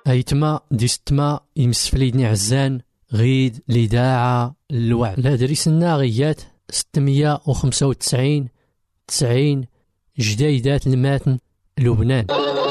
أيتما ديستما يمسفليدني عزان غيد لداعة الوعد. لا دريسنا غيات 695 90 جديدات الماتن لبنان.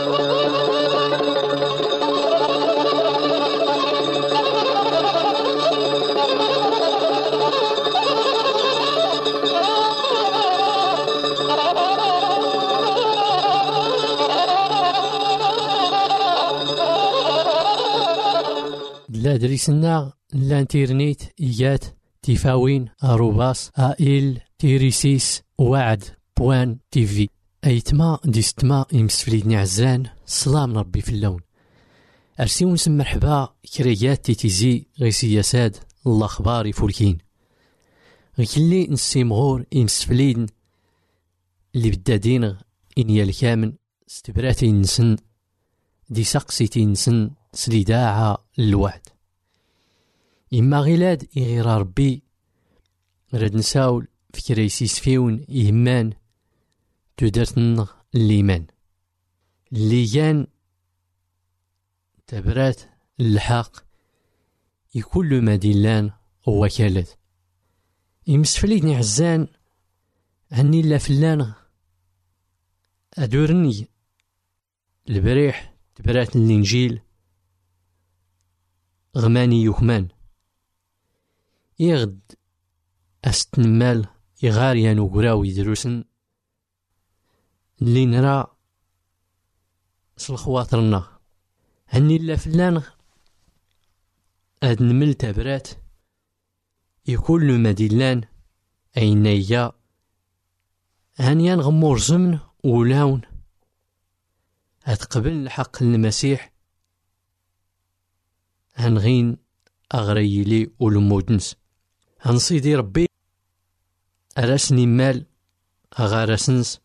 لا دريسنا الانترنت إيات تيفاوين أروباس آئل تيريسيس وعد بوان تيفي. أيتما ديستما يمسفليدني عزان سلام ربي في اللون. أرسيو نسم مرحبا كريات تيتيزي غي سياساد الله أخبار يفولكين غيلي نسيمغور يمسفليدن اللي بدادين إنيا الكامن استبراتي نسن دي سقسيتي نسن سليداعة الوعد. إما غيلاد إغير ربي راد نساول في كريسيس فيون إيمان تدرتن الليمان اللي كان تبرات الحق يكل ما ديلان وكالت. يمسفليدني عزان عني لا فلان أدورني البريح تبرات الإنجيل غماني يكمان يغد أستنمال إغاريان وقراوي دروسن اللي نرى سلخواطرنا هني لا فلان هاد نمل تبرات يكون مديلان أينيا هنيان غمور زمن ولاون هتقبل الحق المسيح هنغين أغريلي والمودنس هنصيدي ربي أرسني مال أغارسنس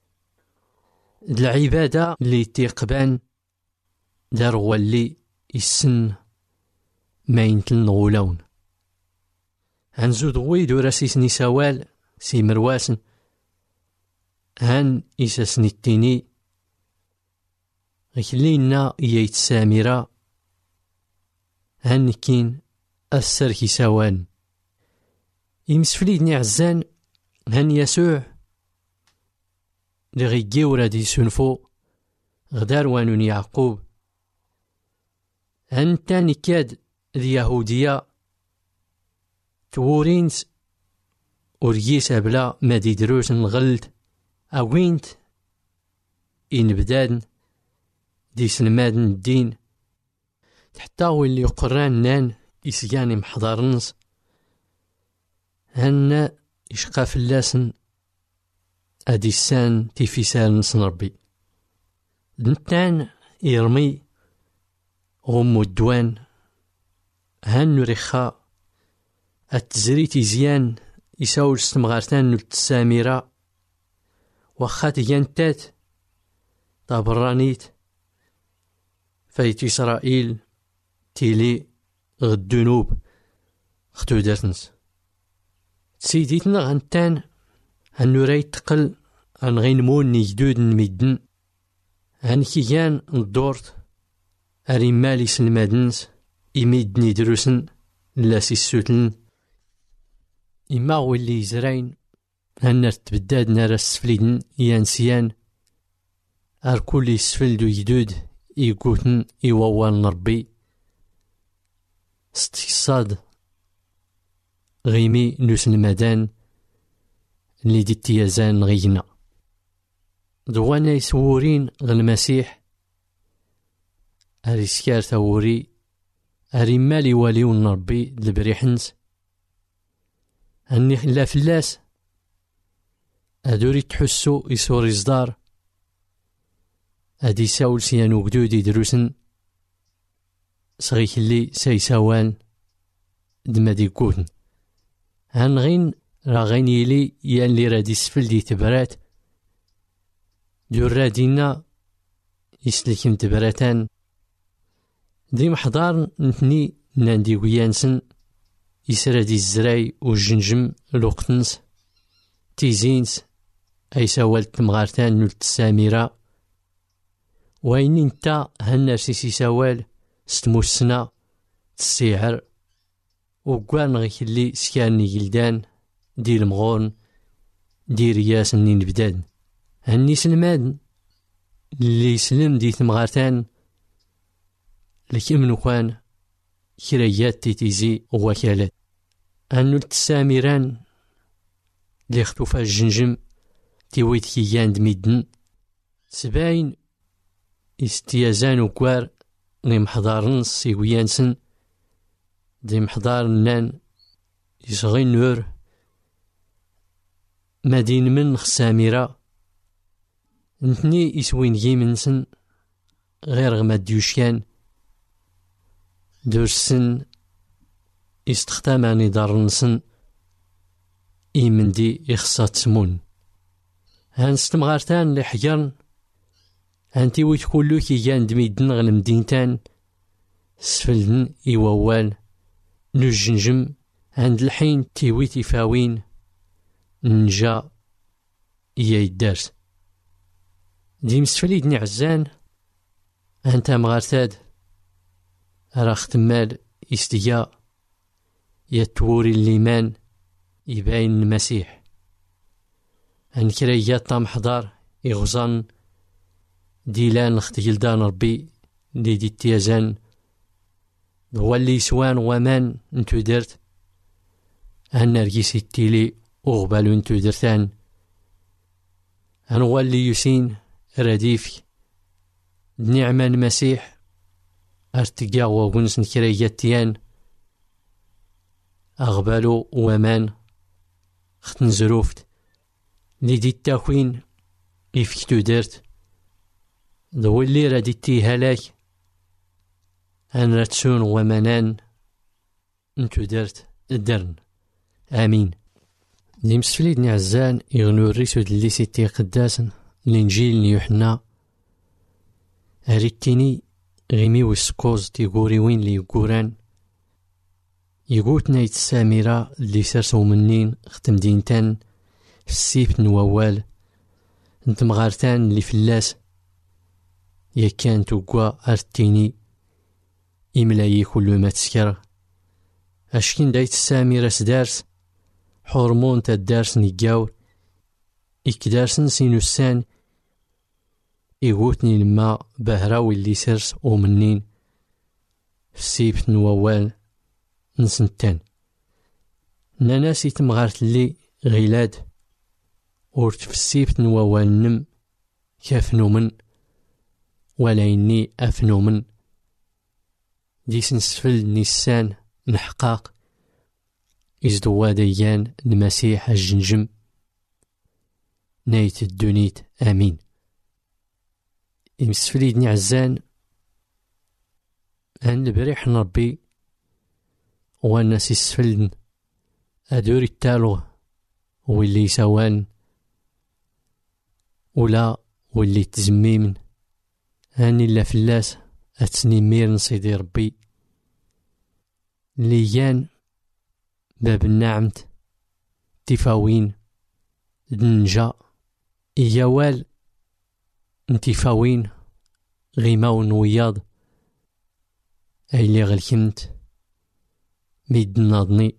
العبادة اللي تيقبان دار واللي السن ما ينتلن غولون هنزود غويد وراسيسني سوال سي مرواسن هن إساسني التيني غيلينا إيايت سامرة هن كين السركي سوان. يمسفليدني عزان هن يسوع لغيجي ورادي سنفو غدار وانون يعقوب هن تاني كاد اليهودية تورينس وريس أبلا ما دي دروس الغلط أوينت إن بدادن دي سلمادن الدين تحتاوي اللي يقران نان إسياني محضرنس هن يشقى فلاسن أديسان تيفيسال نسن ربي دنتان يرمي غمو الدوان هن رخاء التزري تيزيان يساول استمغارتان التساميرة وخات ينتات طابرانيت فايت إسرائيل تيلي غدنوب ختو دارتنس سيديتنا غنتان هنو راي تقل غنغينمون نيجدود نميدن هنكيان ندورت أريمالي سلمادنس إميدني دروسن لاسي السوتن إما واللي يزراين هنر تبداد نارا السفليدن يانسيان أركولي السفلدو يدود يقوتن يووان ربي استيصاد غيمي نوس المدان اللي دي التيازان غينا دوانا يسورين غالمسيح أريسكار ثوري أريمالي واليون ربي البريحنس هني لا فلاس أدوري تحسو يسوري صدار أدي ساول سيانو قدودي دروسن صغيك اللي سيساوان دمادي كوتن هنغين راغين يلي يالي رادي سفل دي تبرات دور رادينا يسلكم تبراتان دي محضار نتني ناندي ويانسن يسرادي الزراي والجنجم الوقتنس تيزينس أي سوالت مغارتان نلت السامرة وين انتا هنرسيسي سوال ستموسنا تسيعر وكوان غيك اللي سكاني جلدان دي المغون دي رياس نين بداد هني سلمان اللي يسلم دي ثمغارتان لكن كان كريات تيتيزي وكالات أنو التساميران اللي اختفى الجنجم تيويت كيان دميدن سباين استيازان وكوار لي محضارن سيويانسن دي محضار نان يصغي نور مدين من خساميرا نتني يسوين جيمنسن غير غما ديوشكان درسن استخداماني دارنسن إيمندي إخصا تسمون هانستمغارتان لحجرن هانتي ويت كلو كيان دميدن غلمدينتان سفلدن إيووال نجنجم عند الحين تيويت يفاوين نجا إيا يدارس دي مسفليدني عزان هانتا مغارتاد راخ تمال استيا يتوري الليمان يباين المسيح هنكريات طام حضار يغزان ديلان اختجلدان ربي دي التيازان هو اللي يسوان ومان انتو درت هنرجيس التيلي وغبالو انتو درتان هو اللي يسين رديفك نعمان المسيح ارتقا وغنس نكريات تيان أغبالو ومان ختن زروفت لدي التاكوين يفكتو درت ذو اللي ردي تيهالاك أن رتسون ومنان انتو درت الدرن آمين. دي مسفليدني عزان يغنو الريسو دلي سيتي قداسن الإنجيل ليوحنا هريتيني غيمي وسكوز تيقوري وين لي يقوران يقوتنا يتساميرا اللي سرسو منين ختم دينتان في السيف نووال انت مغارتان اللي فلاس يا كان توقوا ارتيني إملاي كل ما تسكر أشكين دايت الساميرا سدارس هرمون تدارس نيجاور إكدارسن سينوسان يقوتني لما بهراوي اللي سرس ومنين في السيف نووال نسنتان ناناسي تمغارت لي غيلاد ورت في السيف نووال نم كافنو من ولا إني أفنو من ديس نسفل نيسان نحقاق إزدوا ديان المسيح الجنجم نايت الدنيت آمين. إمسفليدني عزان أن البريح نربي والناس يسفلن أدور التالو واللي يسوان ولا واللي تزميمن هاني لا فلاس أتسني مير نصيدي ربي ليان باب النعمت تفاوين دنجا إيوال انتفاوين غيماون وياض أي لي غلكمت ميد ناضني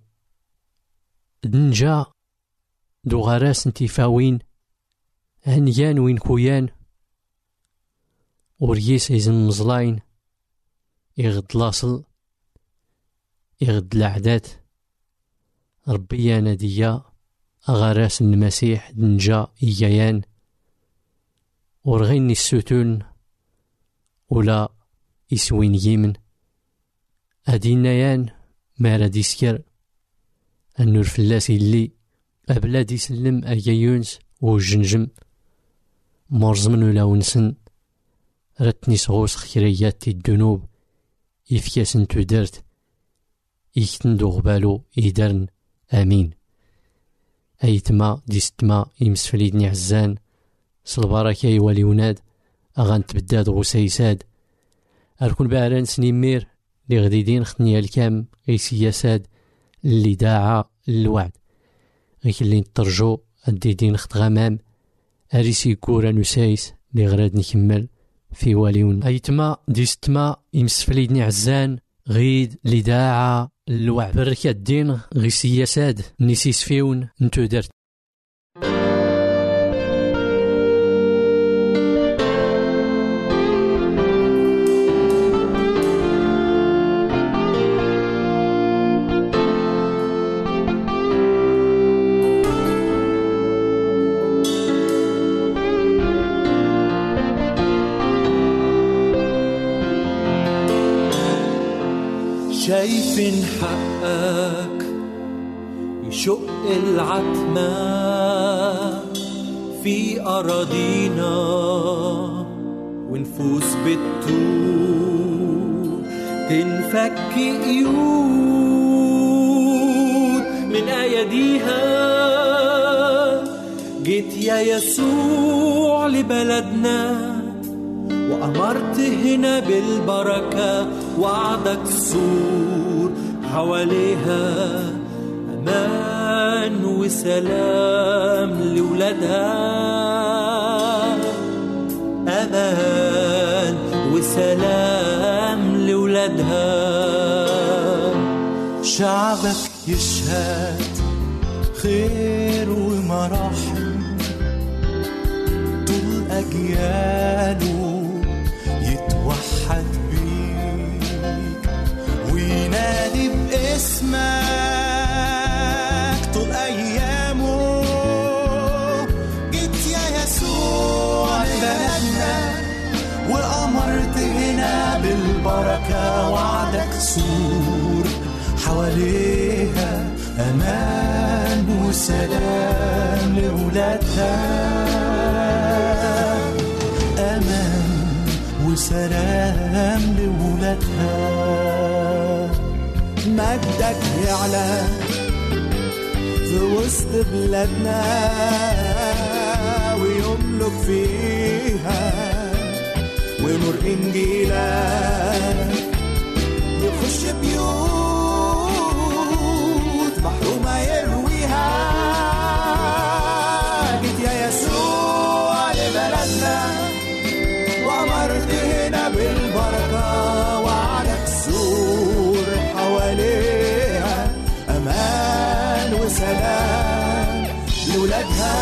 دنجا دو غراس انتفاوين هنيان وين كويان وريس إذن مزلاين يغد لاصل يغد العدات ربي ناديا أغراس المسيح دنجا إيايان ورغيني السوتون ولا يسوين يمن أدينيان ما راد يسكر النور فلاسي اللي أبلاد يسلم أجيونس والجنجم مرزمن ولا ونسن رتني صغوص خيريات الذنوب يفكاسن تدرت يكتن دوغبالو يدرن آمين. أيتما ديستما يمسفليدني عزان صلباركا يوالي وناد أغان تبداد غسيساد أركون بعران سنيمير لي غديدين ختني الكام غي سياساد اللي داعا الوعد غيك اللي نترجو الديدين خت غمام أريسي كورا نسايس لي غراد نكمل في واليون أيتما ديستما يمسفليدني عزان غيد لداعة الوعد بركة الدين غي سياساد نسيس فيون نتو درت. شايفين حقك يشق العتمة في أراضينا ونفوس بتطول تنفك قيود من أيديها. جيت يا يسوع لبلدنا وأمرت هنا بالبركة، وعدك سور حواليها أمان وسلام لولادها، أمان وسلام لولادها. شعبك يشهد خير ومراحم طول أجياله، يتوحد بيك وينادي باسمك طول أيامه. جيت يا يسوع لبلدنا وأمرت هنا بالبركة، وعدك سور حواليها أمان وسلام لأولادها، أمان وسلام لولادها. مجدك يعلى في وسط بلادنا ويملك فيها، ونور إنجيلك يخش بيوت محرومة يرويها. جيت يا يسوع لبلدنا وأمرت هنا بالبركة، وعليك سور حواليها أمان وسلام لولادها.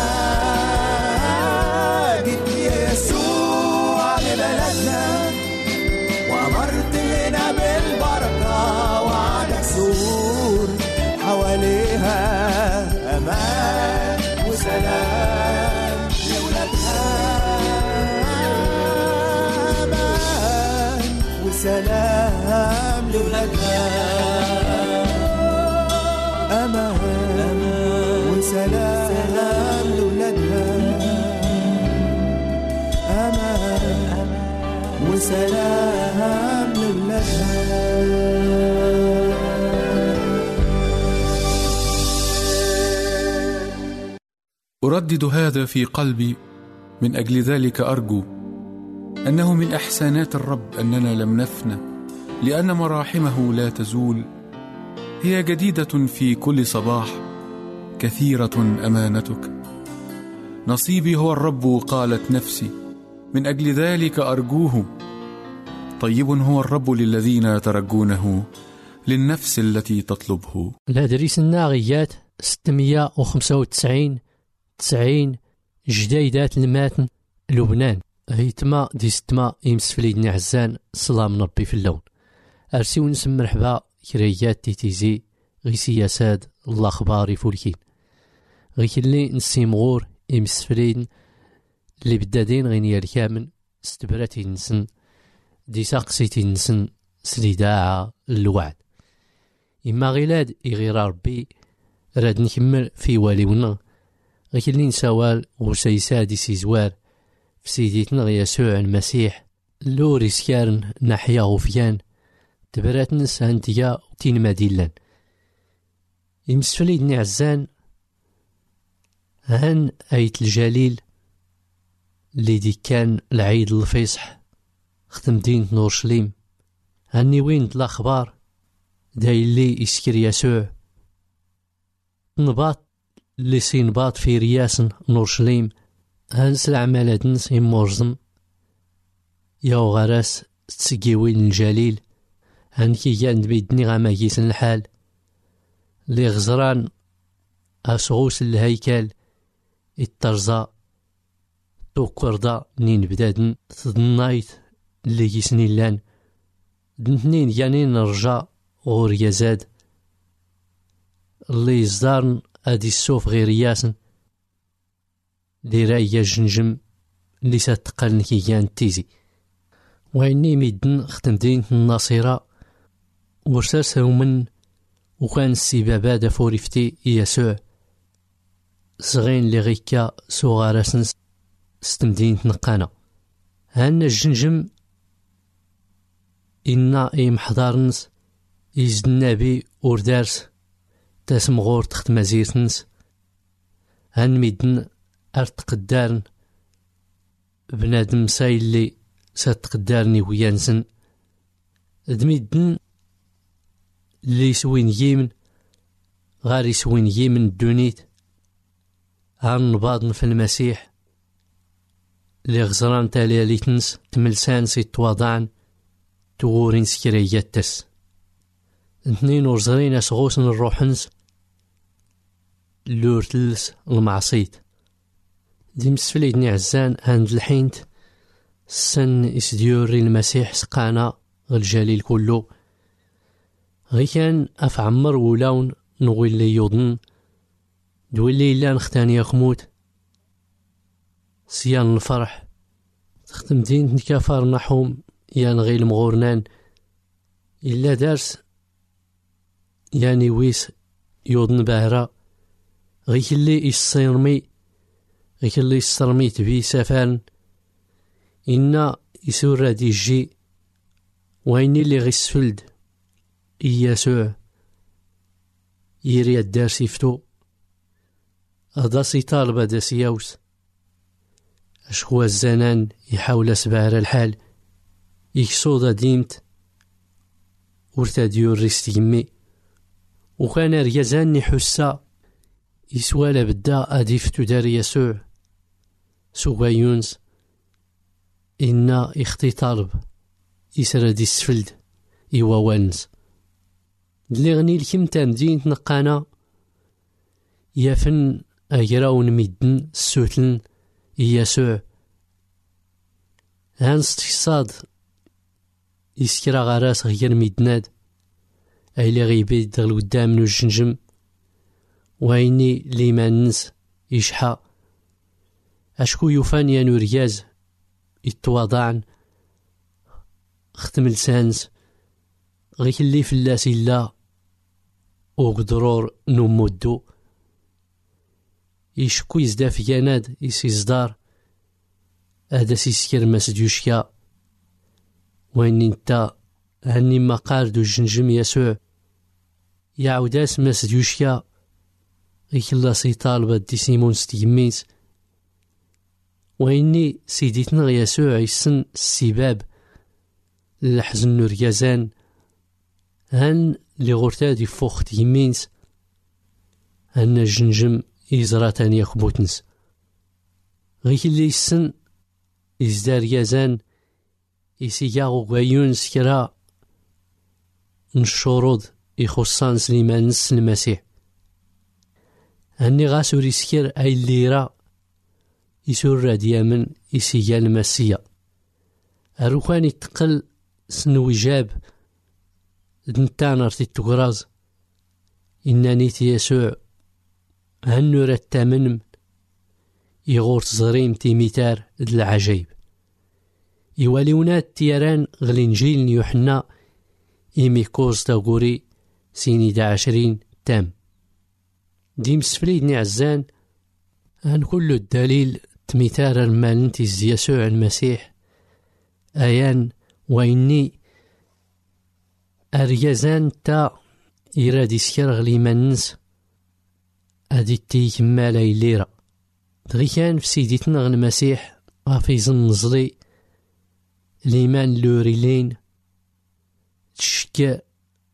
جيت يا يسوع لبلدنا وأمرت هنا بالبركة، وعليك سور حواليها أمان وسلام لولادها، سلام لولادها، أمان وسلام لولادها، أمان وسلام لولادها. أردد هذا في قلبي، من أجل ذلك أرجو أنه من إحسانات الرب أننا لم نفنى، لأن مراحمه لا تزول، هي جديدة في كل صباح، كثيرة أمانتك. نصيبي هو الرب قالت نفسي، من أجل ذلك أرجوه. طيب هو الرب للذين يترجونه، للنفس التي تطلبه. الأدريس الناغيات 695 90 جديدات الماتن لبنان. هيتما ديستما يمسفليدني عزان صلاة من ربي في اللون. أرسيو نسم مرحبا كريات تيتيزي غي سياساد الله خباري فولكين غي كلي نسيمغور يمسفلين اللي بدادين غينيا الكامل استبراتي نسن دي ساقسيتي نسن سليداعة الوعد. إما غيلاد إغير ربي راد نكمل في واليونا غي كلي نسوال غسيسادي سيزوار في سيديتنا يسوع المسيح لوري سكارن نحيا غفيان تبرات نس هانتيا تين مديلان يمسفليدني عزان هان أيت الجليل اللي دي كان العيد الفيصح ختم دينة نورشليم. هاني وين الأخبار داي اللي يسكر يسوع نباط اللي سينباط في رياس نورشليم. هانس العمالات نس يمورزم يا غراس تسقيوين الجليل هنكي جاند بيدني غاماكيس الحال لي غزران أسغوس الهيكل الترزا توكردا نين بدادن تضنايت اللي يسني لان دنتنين يعني نرجع غور يزاد اللي يزدارن ادي السوف غير ياسن لي رايا جنجم اللي ساتقالن كيان تيزي وإني ميدن ختمدين الناصرة ورساس من وكان السبابة دا فوريفتي يسوع صغين لي غيكا صغارسن ستمدين نقانا هان الجنجم إنا محضارنس يزد النبي وردارس تاسمغور تخت مزيرتنس هان ميدن أرتقدارن بنادم سايلي ساتقدارني ويانسن دميدن اللي يسوين يمن غار يسوين يمن الدونيت هان نباضن في المسيح اللي غزران تالي تنس تملسان سيتواضعن تغورين سكرياتس اثنين ورزرين اسغوسن الروحنس لورتلس المعصيت دي مسفليدني عزان هاند الحينت السن إسديوري المسيح سقانا الجليل كله غي كان أفعمر ولاون نغوي اللي يوضن دويلي إلا نختاني أخموت سيان الفرح تختم دين نكافر نحوم يان غي المغورنان إلا دارس يعني ويس يوضن باهرة غي اللي يصيرمي غي اللي يصرمي تبي سافان إنا يسور دي جي ويني اللي غيسفلد يسوع يري الدار سيفتو هذا سيطالب هذا سياوس أشخو الزنان يحاول سبعر الحال يكسوضا ديمت ورتاديو الريستيمي وكان ريازان حسا يسوالا بدا أديفتو دار يسوع سوغا يونس إنا إختي طالب يسرى دي السفلد إوا وانس اللي غني الكم تامدين تنقانا يافن أجراون ميدن السوتلن يسوع هانس تصاد يسكرا غراس غير ميدناد أيلي غيبيد دغل قدام من الجنجم ويني لي ما ننس يشحى أشكو يوفان يا نورياز يتواضعن ختم لسانس غيك اللي فلاس إلا وقدرور نمودو يشكو يزداف ياناد يسيزدار هذا سيسكر مسديوشكا وين انت هني ما قاردو الجنجم يسوع يعوداس مسديوشكا غيك الله سيطالب دي سيمون ستيميس وإني سيديتنا يسوع يسن السباب الحزن نوريازان هن اللي غورتاد يفوخت يمينس هن الجنجم يزراتان يخبوتنس غيك اللي يسن يزدار يازان يسيقاغو غايون سكرا نشورود يخصان سليمان نس المسيح هني غاسو ريسكير أي الليرا يسور راديامن يسيا المسيا أروكان يتقل سنو جاب دنتانر تتقراز إنني يسوع هنو رتامن يغور تزريم تيميتار العجيب يواليونات تيران غلينجيل يوحنا إيميكوز تاغوري سيني 20 تام ديم سفليدني عزان هن كل الدليل تميتار المالنتيز يسوع المسيح آيان وإني أريازان تا إرادي سكر غلي منس أدي تيك مالا الليرة دغي كان في سيديتنا المسيح غافيزن نزلي ليمان لوريلين تشكا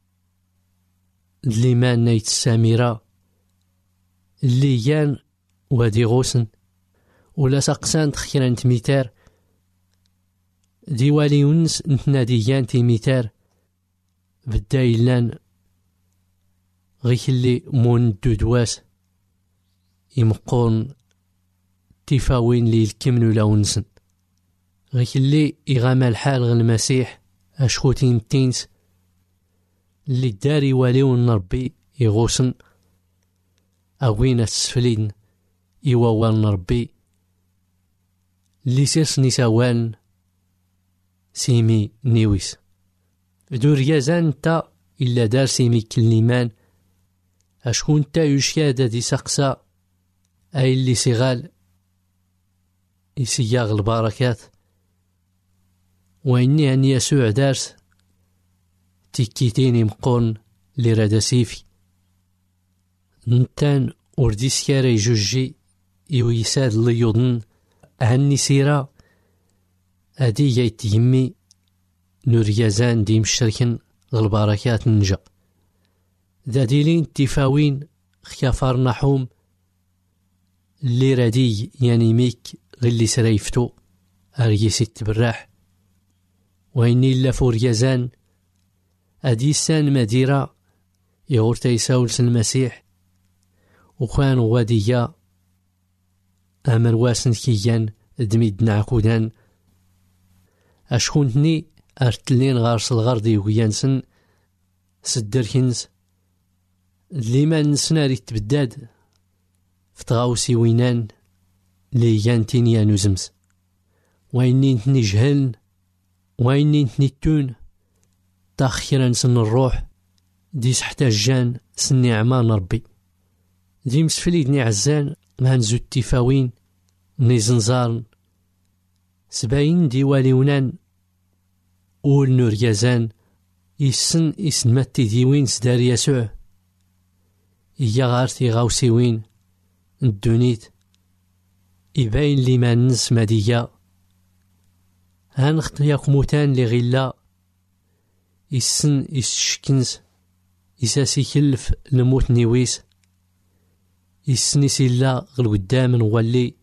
ليمان نايت السامرة اللي يان وادي غوسن ولا ساقسان تخيران تميتار ديوالي يونس نتناديان تيميتار بالدايلان غيك اللي مون دودواس يمقون تيفاوين لي الكمن ولا ونسن غيك اللي يغامى الحال غ المسيح أشخوتين تينس اللي داري واليون ربي يغوصن أوين السفلين يووان ربي اللي سيرس نساوان سيمي نيويس دور يازان تا إلا دار سيمي كليمان أشكون تا يشيادة دي سقسا أي اللي سيغال يسياغ البركات وإني أن يسوع دارس تيكيتيني مقون لرادا سيفي نتان ورديس كاري جوجي يويساد اللي يضن هني سيرا أدي يتيمي نور يازان دي مشتركن البركات نجا ذا ديلين تفاوين خيافار نحوم اللي رادي يعني ميك غلي سريفتو أريسي التبراح وإني إلا فور يازان أديسان مديرة يغورتا يساولس المسيح وكان واديا أمر واسن كيان دميد نعكودان أشكونتني أرتلين غارس الغردي ويانسن سدركنز اللي ما نسناري تبداد فتغاوسي وينان لي يانتين يانوزمز وإني نتني جهلن وإني نتني تون تاخيرا سن الروح ديس حتى جان سني عمان ربي دي مسفليدني عزان ما نزو التفاوين نيزنزارن سباين ديوالي ونان أول نور يازان يسن ماتي ديوين سدار يسوع إيا غارتي غاوسيوين الدونيت يباين لي ما ننس ماديا هانخت ياكموتان لي غلا يسن يسشكنز يساسي كلف الموت نيويس يسني سيلا غل قدام نولي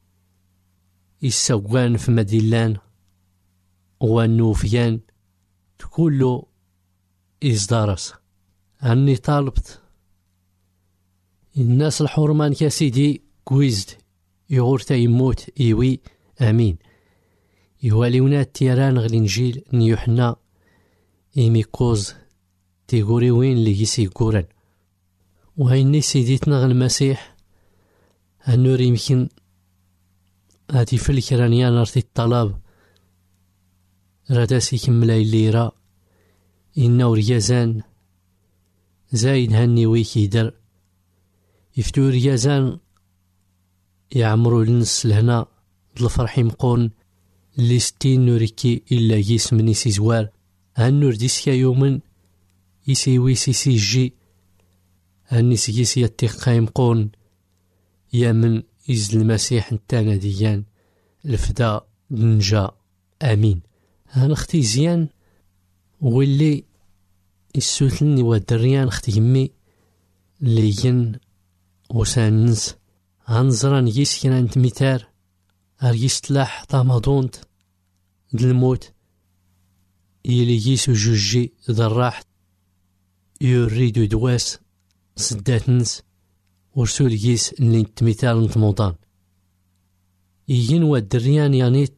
يساوان في مديلان وانوفيان تكولو إزدارس أني طالبت الناس الحرمان كاسيدي كويزد يغورتا يموت إيوي آمين يواليونا التيران غلينجيل نيوحنا إيميكوز تيغوري وين اللي يسيقوران وهيني سيديتنا غ المسيح أنور يمكن هاتي في الكرانيان أرتي الطلاب راداسي كملا الليرا إنو ريازان زايد هني ويكي در يفتو ريازان يعمرو لنس لهنا الفرح مقون اللي 60 نوريكي إلا يس مني سيزوار هنور ديسكا يومن يسيوي سيجي هني سيجيس يتقا يمقون يا من إز المسيح نتانا ديان الفدا نجا آمين هنختي زيان واللي السوثلني ودريان اختي يمي ليين وساننس هنزران يس كنا نتميتار أريس تلاح طامادونت دالموت يلي يسو جوجي ذراحت يريدو دواس سداتنس ورسول يس اللي نتميتار نتموضان يين ودريان يانيت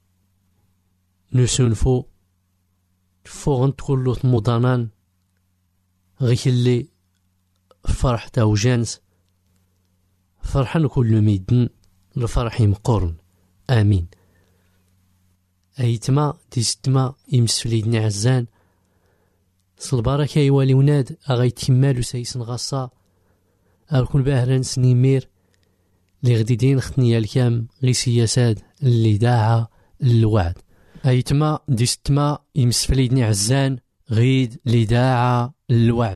نسونفو فوغن تقولو تموضانان غيك اللي فرح تاو جانس فرحان كل ميدن الفرح مقورن آمين أيتما ديستما يمسفليدني عزان صلباركا يوالي وناد أغايت كمالو سايسن غصا أركون باهران سنيمير لي غديدين ختنيا الكام غي سياسات اللي داعا الوعد أيتما ديستما يمسفليدني عزان غيد اللي داعا الوعد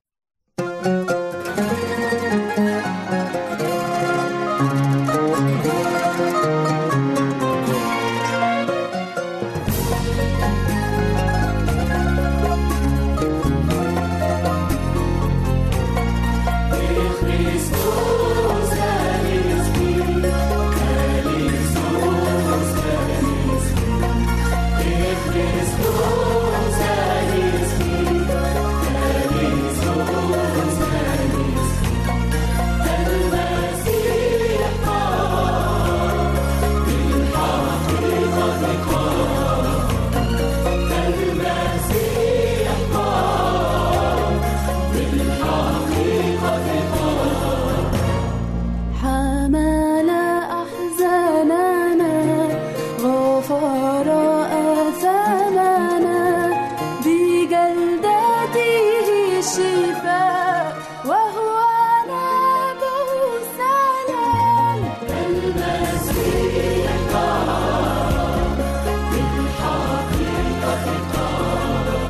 شفاء وهو نبع سلام. المسيح قام بالحقيقة قام.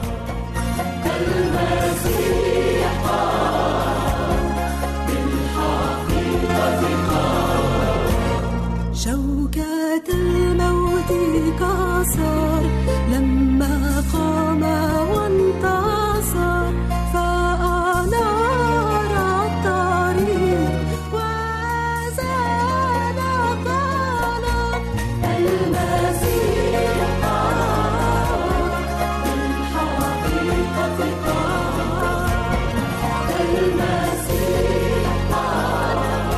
المسيح قام بالحقيقة قام. شوكة الموت كسر لما قام وانتصر، فأنار الطريق وزال الظلام. المسيح قام بالحقيقة قام. المسيح قام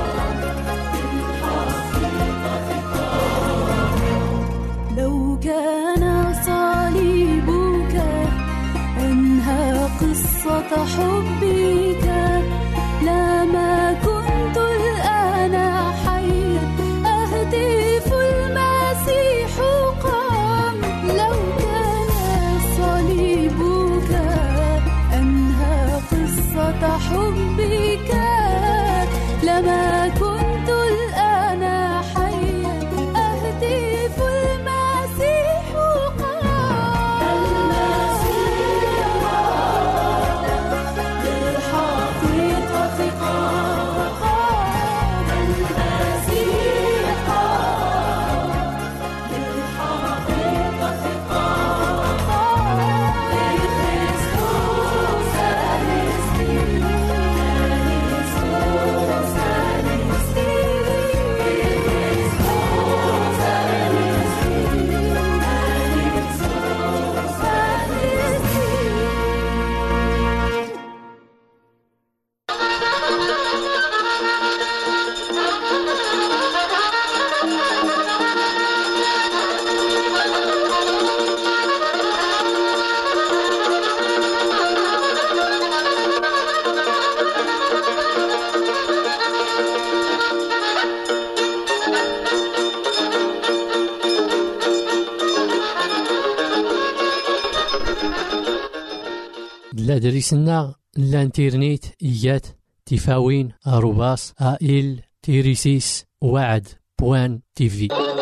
بالحقيقة قام. لو كان صليبك أنهى قصة حبك، لما كنت الآن حيا أهتف المسيح قام. لو كان صليبك أنهى قصة حبك، لما كنت الآن حيا أهتف المسيح قام. المسيح قام بالحقيقة قام. المسيح قام بالحقيقة قام. بكريستوس أنستي، بكريستوس أنستي، بكريستوس أنستي، بكريستوس أنستي. لا دريسنا الانترنت إيات تفاوين @AIL-وعد.TV.